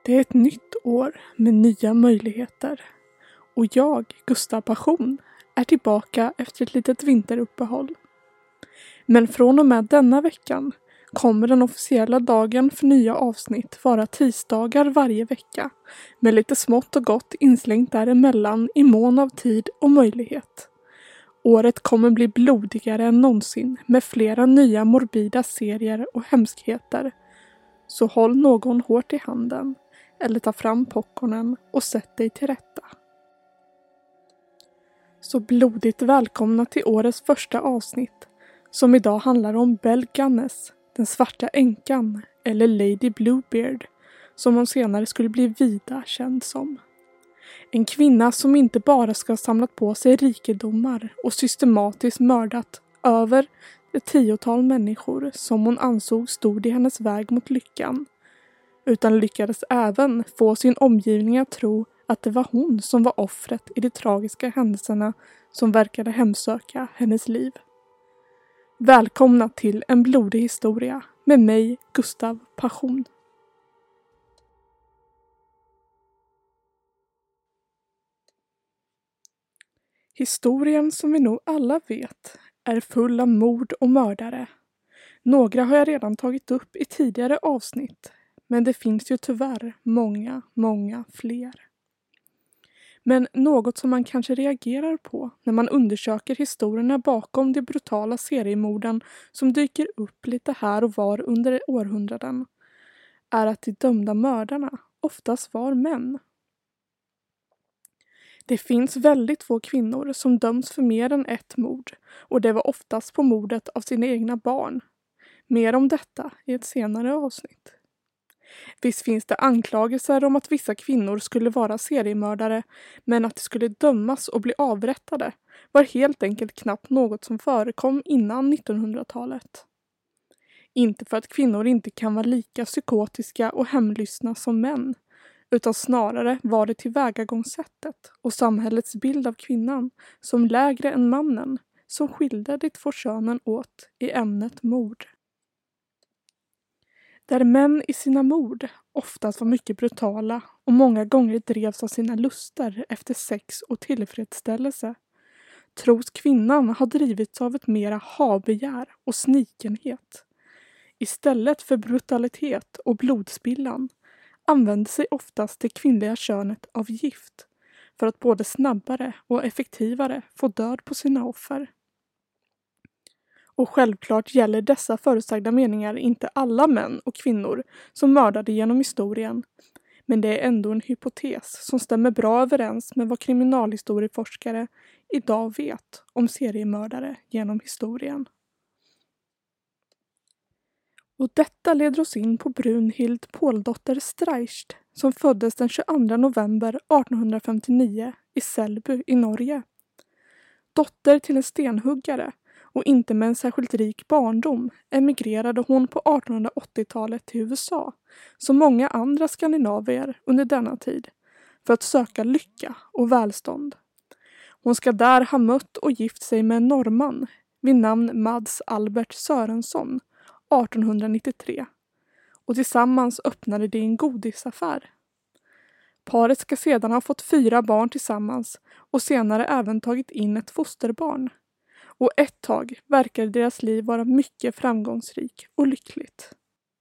Det är ett nytt år med nya möjligheter. Och jag, Gustav Passion, är tillbaka efter ett litet vinteruppehåll. Men från och med denna veckan kommer den officiella dagen för nya avsnitt vara tisdagar varje vecka, med lite smått och gott inslängt däremellan i mån av tid och möjlighet. Året kommer bli blodigare än någonsin med flera nya morbida serier och hemskheter. Så håll någon hårt i handen eller ta fram popcornen och sätt dig till rätta. Så blodigt välkomna till årets första avsnitt som idag handlar om Belle Gunness, den svarta änkan eller Lady Bluebeard som hon senare skulle bli vida känd som. En kvinna som inte bara ska ha samlat på sig rikedomar och systematiskt mördat över ett 10-tal människor som hon ansåg stod i hennes väg mot lyckan, utan lyckades även få sin omgivning att tro att det var hon som var offret i de tragiska händelserna som verkade hemsöka hennes liv. Välkomna till en blodig historia med mig, Gustav Passion. Historien som vi nog alla vet är full av mord och mördare. Några har jag redan tagit upp i tidigare avsnitt, men det finns ju tyvärr många fler. Men något som man kanske reagerar på när man undersöker historierna bakom de brutala seriemorden som dyker upp lite här och var under århundraden är att de dömda mördarna oftast var män. Det finns väldigt få kvinnor som döms för mer än ett mord och det var oftast på mordet av sina egna barn. Mer om detta i ett senare avsnitt. Visst finns det anklagelser om att vissa kvinnor skulle vara seriemördare, men att de skulle dömas och bli avrättade var helt enkelt knappt något som förekom innan 1900-talet. Inte för att kvinnor inte kan vara lika psykotiska och hemlystna som män, utan snarare var det tillvägagångssättet och samhällets bild av kvinnan som lägre än mannen som skilde de två könen åt i ämnet mord. Där män i sina mord oftast var mycket brutala och många gånger drevs av sina luster efter sex och tillfredsställelse, tros kvinnan ha drivits av ett mera habegär och snikenhet. Istället för brutalitet och blodspillan använde sig oftast det kvinnliga könet av gift för att både snabbare och effektivare få död på sina offer. Och självklart gäller dessa förutsagda meningar inte alla män och kvinnor som mördade genom historien, men det är ändå en hypotes som stämmer bra överens med vad kriminalhistorieforskare idag vet om seriemördare genom historien. Och detta leder oss in på Brunhild Påldotter Streicht som föddes den 22 november 1859 i Selby i Norge. Dotter till en stenhuggare och inte med en särskilt rik barndom emigrerade hon på 1880-talet till USA, som många andra skandinavier under denna tid, för att söka lycka och välstånd. Hon ska där ha mött och gift sig med en norrman vid namn Mads Albert Sörensson 1893 och tillsammans öppnade de en godisaffär. Paret ska sedan ha fått 4 barn tillsammans och senare även tagit in ett fosterbarn. Och ett tag verkade deras liv vara mycket framgångsrik och lyckligt.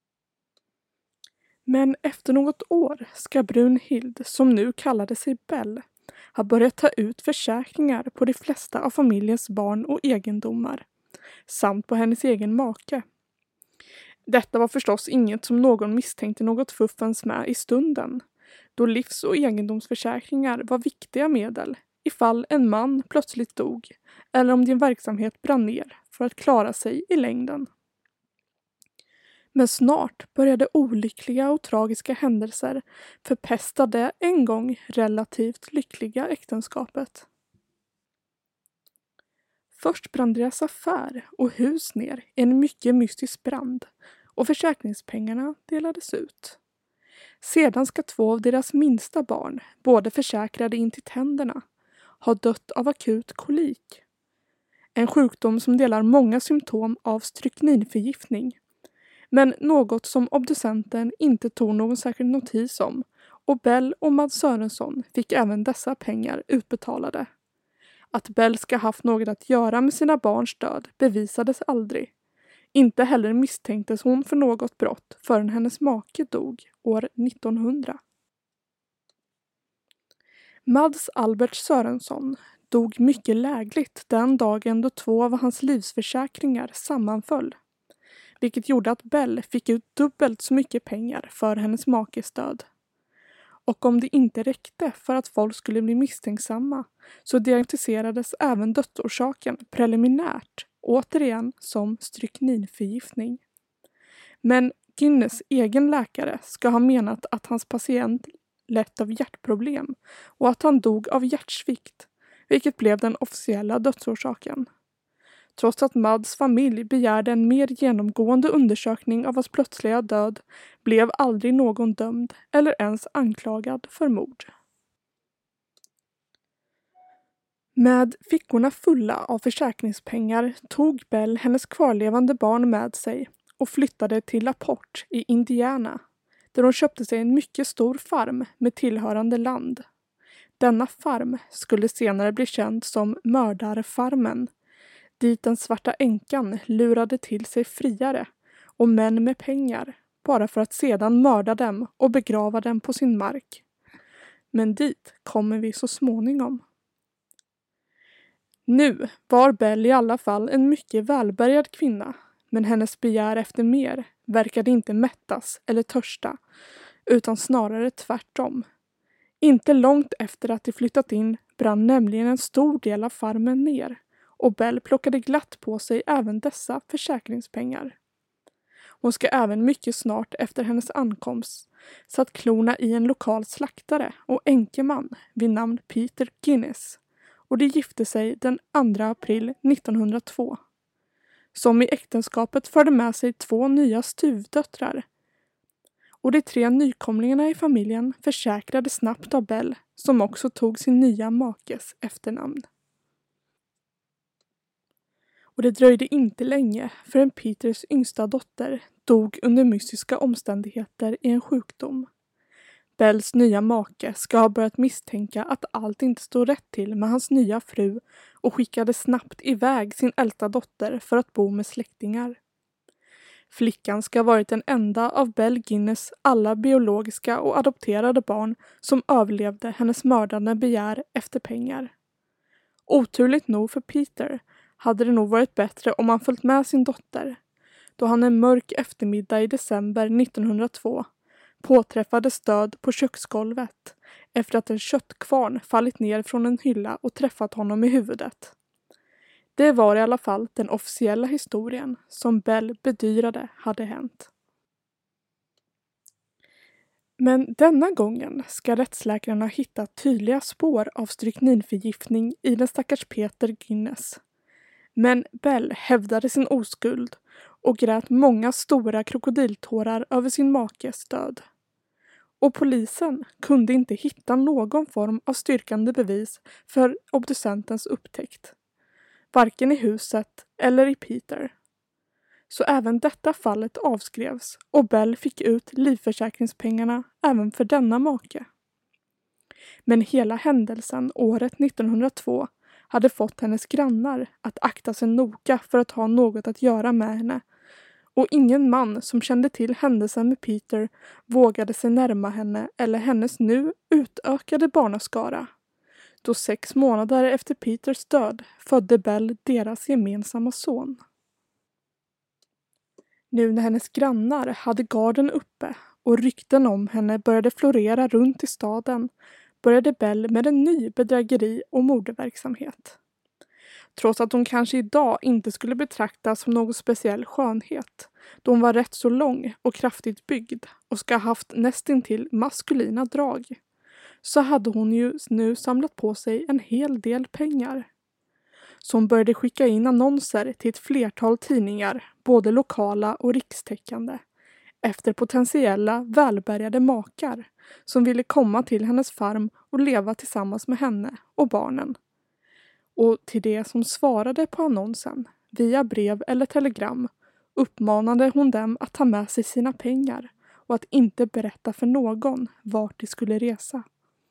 Men efter något år ska Brunhild, som nu kallade sig Belle, ha börjat ta ut försäkringar på de flesta av familjens barn och egendomar, samt på hennes egen make. Detta var förstås inget som någon misstänkte något fuffens med i stunden, då livs- och egendomsförsäkringar var viktiga medel ifall en man plötsligt dog eller om din verksamhet brann ner för att klara sig i längden. Men snart började olyckliga och tragiska händelser förpesta det en gång relativt lyckliga äktenskapet. Först brann deras affär och hus ner i en mycket mystisk brand och försäkringspengarna delades ut. Sedan ska 2 av deras minsta barn, både försäkrade in till tänderna, ha dött av akut kolik. En sjukdom som delar många symptom av strykninförgiftning, men något som obducenten inte tog någon särskild notis om och Bell och Mads Sörensson fick även dessa pengar utbetalade. Att Bell ska haft något att göra med sina barns död bevisades aldrig. Inte heller misstänktes hon för något brott förrän hennes make dog år 1900. Mads Albert Sörensson dog mycket lägligt den dagen då 2 av hans livsförsäkringar sammanföll, vilket gjorde att Bell fick ut dubbelt så mycket pengar för hennes makes död. Och om det inte räckte för att folk skulle bli misstänksamma så diagnostiserades även dödsorsaken preliminärt, återigen som strykninförgiftning. Men Guinness egen läkare ska ha menat att hans patient lett av hjärtproblem och att han dog av hjärtsvikt, vilket blev den officiella dödsorsaken. Trots att Mads familj begärde en mer genomgående undersökning av hans plötsliga död blev aldrig någon dömd eller ens anklagad för mord. Med fickorna fulla av försäkringspengar tog Bell hennes kvarlevande barn med sig och flyttade till LaPorte i Indiana, där hon köpte sig en mycket stor farm med tillhörande land. Denna farm skulle senare bli känd som Mördarfarmen, dit den svarta änkan lurade till sig friare och män med pengar bara för att sedan mörda dem och begrava dem på sin mark. Men dit kommer vi så småningom. Nu var Bell i alla fall en mycket välbärgad kvinna, men hennes begär efter mer verkade inte mättas eller törsta, utan snarare tvärtom. Inte långt efter att de flyttat in brann nämligen en stor del av farmen ner, och Bell plockade glatt på sig även dessa försäkringspengar. Hon ska även mycket snart efter hennes ankomst satt klorna i en lokal slaktare och enkeman vid namn Peter Guinness, och de gifte sig den 2 april 1902. Som i äktenskapet förde med sig 2 nya stuvdöttrar. Och de 3 nykomlingarna i familjen försäkrade snabbt av Bell, som också tog sin nya makes efternamn. Och det dröjde inte länge förrän Peters yngsta dotter dog under mystiska omständigheter i en sjukdom. Bells nya make ska ha börjat misstänka att allt inte stod rätt till med hans nya fru och skickade snabbt iväg sin äldsta dotter för att bo med släktingar. Flickan ska ha varit den enda av Bell Guinness alla biologiska och adopterade barn som överlevde hennes mördande begär efter pengar. Oturligt nog för Peter hade det nog varit bättre om han följt med sin dotter, då han en mörk eftermiddag i december 1902 påträffades död på köksgolvet efter att en köttkvarn fallit ner från en hylla och träffat honom i huvudet. Det var i alla fall den officiella historien som Bell bedyrade hade hänt. Men denna gången ska rättsläkarna hitta tydliga spår av strykninförgiftning i den stackars Peter Guinness. Men Bell hävdade sin oskuld och grät många stora krokodiltårar över sin makes död. Och polisen kunde inte hitta någon form av styrkande bevis för obducentens upptäckt. Varken i huset eller i Peter. Så även detta fallet avskrevs och Bell fick ut livförsäkringspengarna även för denna make. Men hela händelsen året 1902 hade fått hennes grannar att akta sig noga för att ha något att göra med henne, och ingen man som kände till händelsen med Peter vågade sig närma henne eller hennes nu utökade barnaskara. Då 6 månader efter Peters död födde Bell deras gemensamma son. Nu när hennes grannar hade garden uppe och rykten om henne började florera runt i staden började Bell med en ny bedrägeri- och mordverksamhet. Trots att hon kanske idag inte skulle betraktas som någon speciell skönhet, då hon var rätt så lång och kraftigt byggd och ska ha haft nästintill maskulina drag, så hade hon ju nu samlat på sig en hel del pengar. Så hon började skicka in annonser till ett flertal tidningar, både lokala och rikstäckande, efter potentiella välbärgade makar som ville komma till hennes farm och leva tillsammans med henne och barnen. Och till det som svarade på annonsen, via brev eller telegram, uppmanade hon dem att ta med sig sina pengar och att inte berätta för någon vart de skulle resa.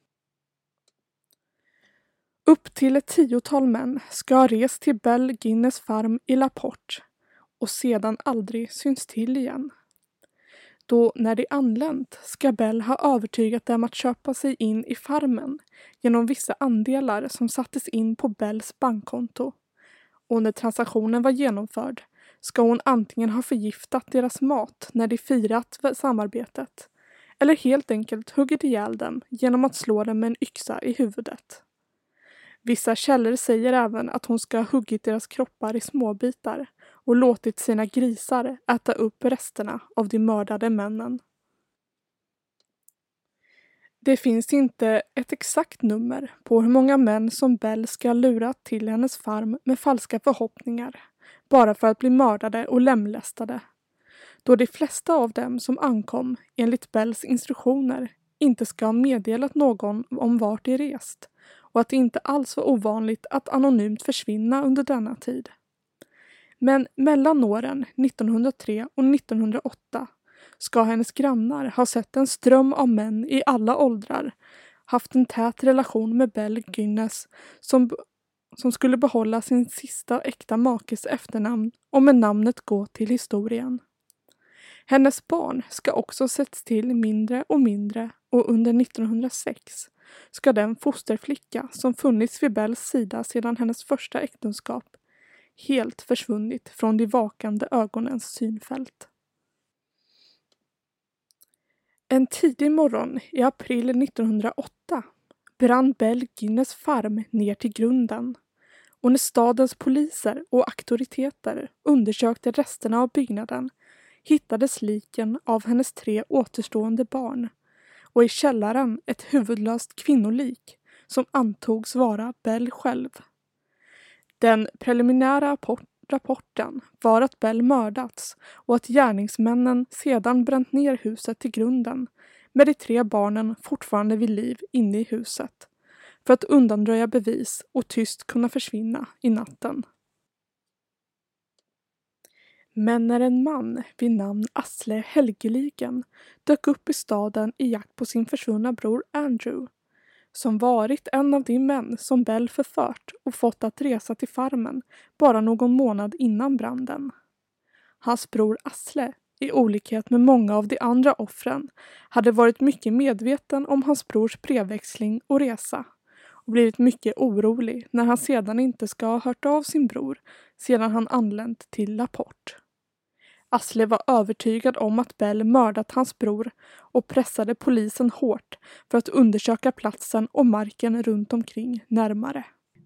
Upp till ett 10-tal män ska ha rest till Bell Guinness farm i Laporte och sedan aldrig syns till igen. Då när de anlänt ska Bell ha övertygat dem att köpa sig in i farmen genom vissa andelar som sattes in på Bells bankkonto. Och när transaktionen var genomförd ska hon antingen ha förgiftat deras mat när de firat samarbetet eller helt enkelt huggit ihjäl dem genom att slå dem med en yxa i huvudet. Vissa källor säger även att hon ska ha huggit deras kroppar i småbitar och låtit sina grisar äta upp resterna av de mördade männen. Det finns inte ett exakt nummer på hur många män som Bell ska ha lurat till hennes farm med falska förhoppningar, bara för att bli mördade och lemlästade, då de flesta av dem som ankom enligt Bells instruktioner inte ska ha meddelat någon om vart de rest och att det inte alls var ovanligt att anonymt försvinna under denna tid. Men mellan åren 1903 och 1908 ska hennes grannar ha sett en ström av män i alla åldrar, haft en tät relation med Bell Guinness som skulle behålla sin sista äkta makes efternamn och med namnet gå till historien. Hennes barn ska också setts till mindre och mindre och under 1906 ska den fosterflicka som funnits vid Bells sida sedan hennes första äktenskap helt försvunnit från de vakande ögonens synfält. En tidig morgon i april 1908 brann Bell Guinness farm ner till grunden och när stadens poliser och auktoriteter undersökte resterna av byggnaden hittades liken av hennes 3 återstående barn och i källaren ett huvudlöst kvinnolik som antogs vara Bell själv. Den preliminära rapporten var att Bell mördats och att gärningsmännen sedan bränt ner huset till grunden med de 3 barnen fortfarande vid liv inne i huset för att undanröja bevis och tyst kunna försvinna i natten. Men när en man vid namn Asle Helgeligen dök upp i staden i jakt på sin försvunna bror Andrew, som varit en av de män som Bell förfört och fått att resa till farmen bara någon månad innan branden. Hans bror Asle, i olikhet med många av de andra offren, hade varit mycket medveten om hans brors brevväxling och resa och blivit mycket orolig när han sedan inte ska ha hört av sin bror sedan han anlänt till Laporte. Asle var övertygad om att Bell mördat hans bror och pressade polisen hårt för att undersöka platsen och marken runt omkring närmare.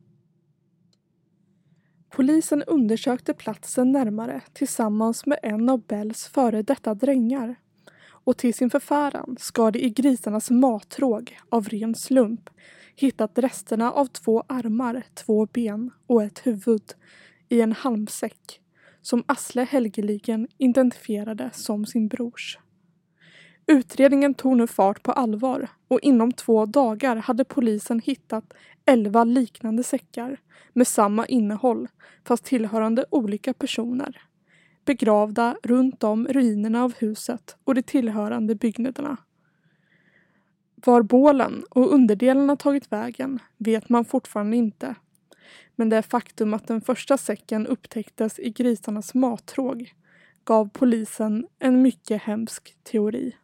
Polisen undersökte platsen närmare tillsammans med en av Bells före detta drängar och till sin förfäran ska de i grisarnas mattråg av ren slump hittat resterna av 2 armar, 2 ben och ett huvud i en halmsäck som Asle Helgeligen identifierade som sin brors. Utredningen tog nu fart på allvar och inom 2 dagar hade polisen hittat 11 liknande säckar med samma innehåll fast tillhörande olika personer, begravda runt om ruinerna av huset och de tillhörande byggnaderna. Var bålen och underdelarna tagit vägen vet man fortfarande inte. Men det faktum att den första säcken upptäcktes i grisarnas mattråg gav polisen en mycket hemsk teori.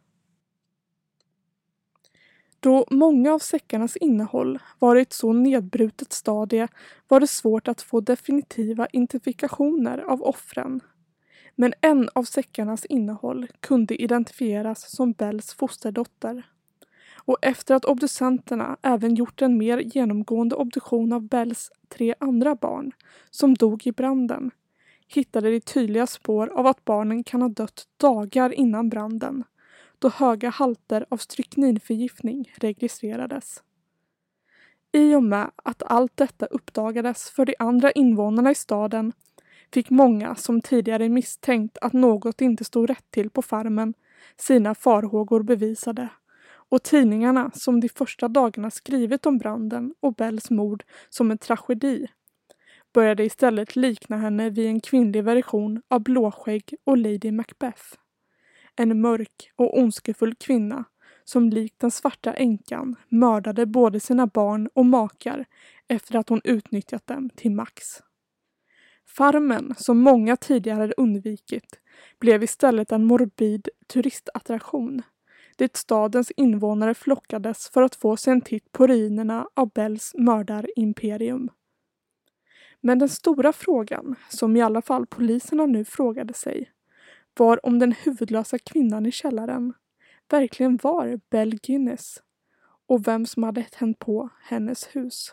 Då många av säckarnas innehåll var i ett så nedbrutet stadie var det svårt att få definitiva identifikationer av offren. Men en av säckarnas innehåll kunde identifieras som Bells fosterdotter. Och efter att obducenterna även gjort en mer genomgående obduktion av Bells 3 andra barn som dog i branden hittade de tydliga spår av att barnen kan ha dött dagar innan branden då höga halter av strykninförgiftning registrerades. I och med att allt detta uppdagades för de andra invånarna i staden fick många som tidigare misstänkt att något inte stod rätt till på farmen sina farhågor bevisade. Och tidningarna som de första dagarna skrivit om branden och Bells mord som en tragedi började istället likna henne vid en kvinnlig version av Blåskägg och Lady Macbeth. En mörk och ondskefull kvinna som likt den svarta änkan mördade både sina barn och makar efter att hon utnyttjat dem till max. Farmen, som många tidigare hade undvikit, blev istället en morbid turistattraktion dit stadens invånare flockades för att få sig en titt på ruinerna av Bells mördarimperium. Men den stora frågan, som i alla fall poliserna nu frågade sig, var om den huvudlösa kvinnan i källaren verkligen var Belle Guinness och vem som hade tänt på hennes hus.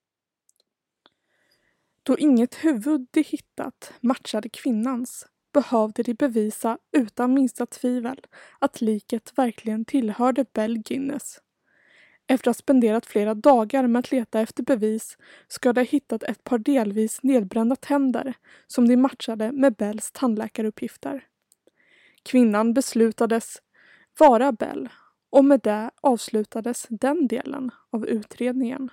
Då inget huvud de hittat matchade kvinnans behövde de bevisa utan minsta tvivel att liket verkligen tillhörde Belle Guinness. Efter att ha spenderat flera dagar med att leta efter bevis ska de ha hittat ett par delvis nedbrända tänder som de matchade med Bells tandläkaruppgifter. Kvinnan beslutades vara Belle och med det avslutades den delen av utredningen.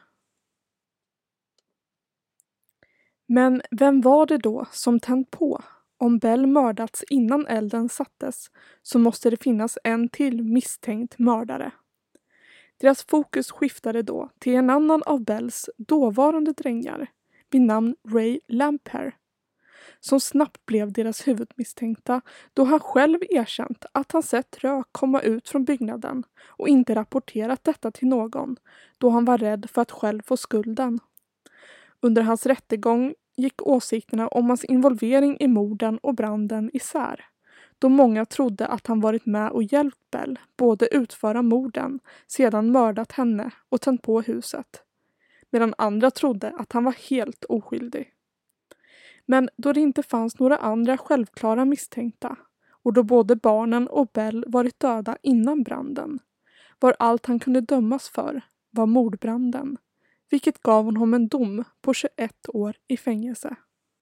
Men vem var det då som tänt på? Om Belle mördats innan elden sattes så måste det finnas en till misstänkt mördare. Deras fokus skiftade då till en annan av Bells dåvarande drängar vid namn Ray Lamphere, som snabbt blev deras huvudmisstänkta då han själv erkänt att han sett rök komma ut från byggnaden och inte rapporterat detta till någon då han var rädd för att själv få skulden. Under hans rättegång gick åsikterna om hans involvering i morden och branden isär, då många trodde att han varit med och hjälpt Belle både utföra morden, sedan mördat henne och tänt på huset, medan andra trodde att han var helt oskyldig. Men då det inte fanns några andra självklara misstänkta och då både barnen och Belle varit döda innan branden, var allt han kunde dömas för var mordbranden, vilket gav honom en dom på 21 år i fängelse.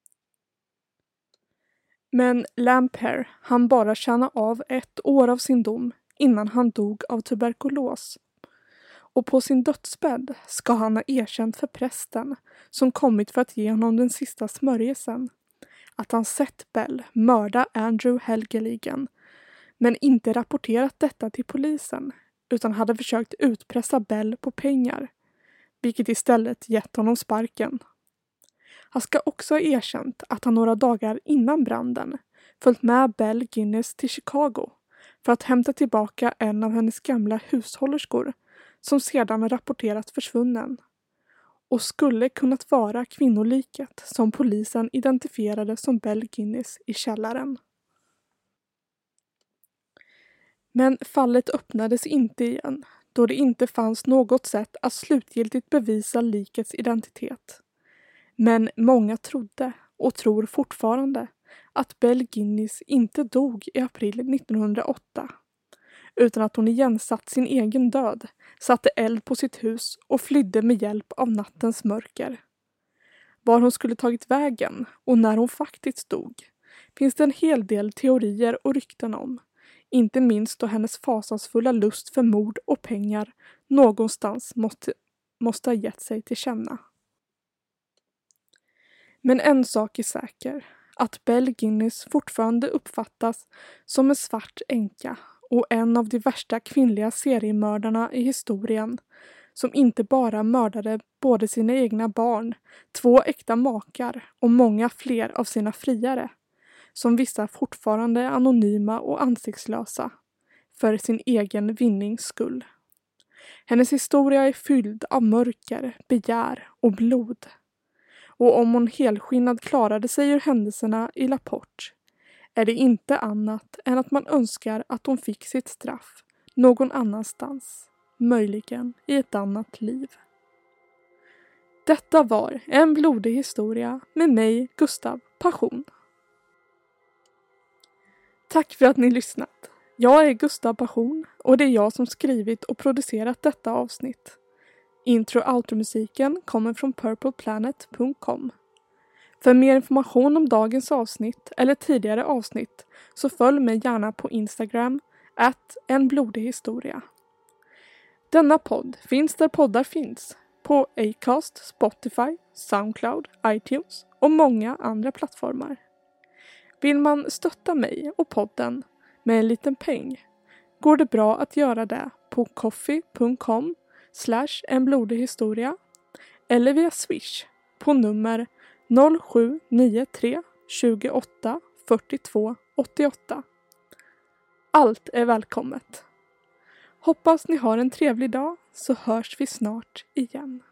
Men Lamphere hann bara tjäna av 1 år av sin dom innan han dog av tuberkulos. Och på sin dödsbädd ska han ha erkänt för prästen som kommit för att ge honom den sista smörjelsen att han sett Belle mörda Andrew Helgeligen, men inte rapporterat detta till polisen utan hade försökt utpressa Belle på pengar, vilket istället gett honom sparken. Han ska också ha erkänt att han några dagar innan branden följt med Belle Guinness till Chicago för att hämta tillbaka en av hennes gamla hushållerskor som sedan rapporterat försvunnen och skulle kunnat vara kvinnoliket som polisen identifierade som Belle Guinness i källaren. Men fallet öppnades inte igen då det inte fanns något sätt att slutgiltigt bevisa likets identitet. Men många trodde och tror fortfarande att Belle Guinness inte dog i april 1908 utan att hon igen satt sin egen död, satte eld på sitt hus och flydde med hjälp av nattens mörker. Var hon skulle tagit vägen och när hon faktiskt dog finns det en hel del teorier och rykten om, inte minst då hennes fasansfulla lust för mord och pengar någonstans måste ha gett sig till känna. Men en sak är säker, att Belle Guinness fortfarande uppfattas som en svart änka och en av de värsta kvinnliga seriemördarna i historien, som inte bara mördade både sina egna barn, 2 äkta makar och många fler av sina friare, som vissa fortfarande är anonyma och ansiktslösa, för sin egen vinnings skull. Hennes historia är fylld av mörker, begär och blod. Och om hon helskinnad klarade sig ur händelserna i Laporte är det inte annat än att man önskar att hon fick sitt straff någon annanstans, möjligen i ett annat liv. Detta var En blodig historia med mig, Gustav Passion. Tack för att ni lyssnat. Jag är Gustav Passion och det är jag som skrivit och producerat detta avsnitt. Intro- och outro-musiken kommer från purpleplanet.com. För mer information om dagens avsnitt eller tidigare avsnitt så följ mig gärna på Instagram @enblodighistoria. Denna podd finns där poddar finns, på Acast, Spotify, Soundcloud, iTunes och många andra plattformar. Vill man stötta mig och podden med en liten peng går det bra att göra det på coffee.com/enblodighistoria eller via Swish på nummer 0793 28 42 88. Allt är välkommet. Hoppas ni har en trevlig dag, så hörs vi snart igen.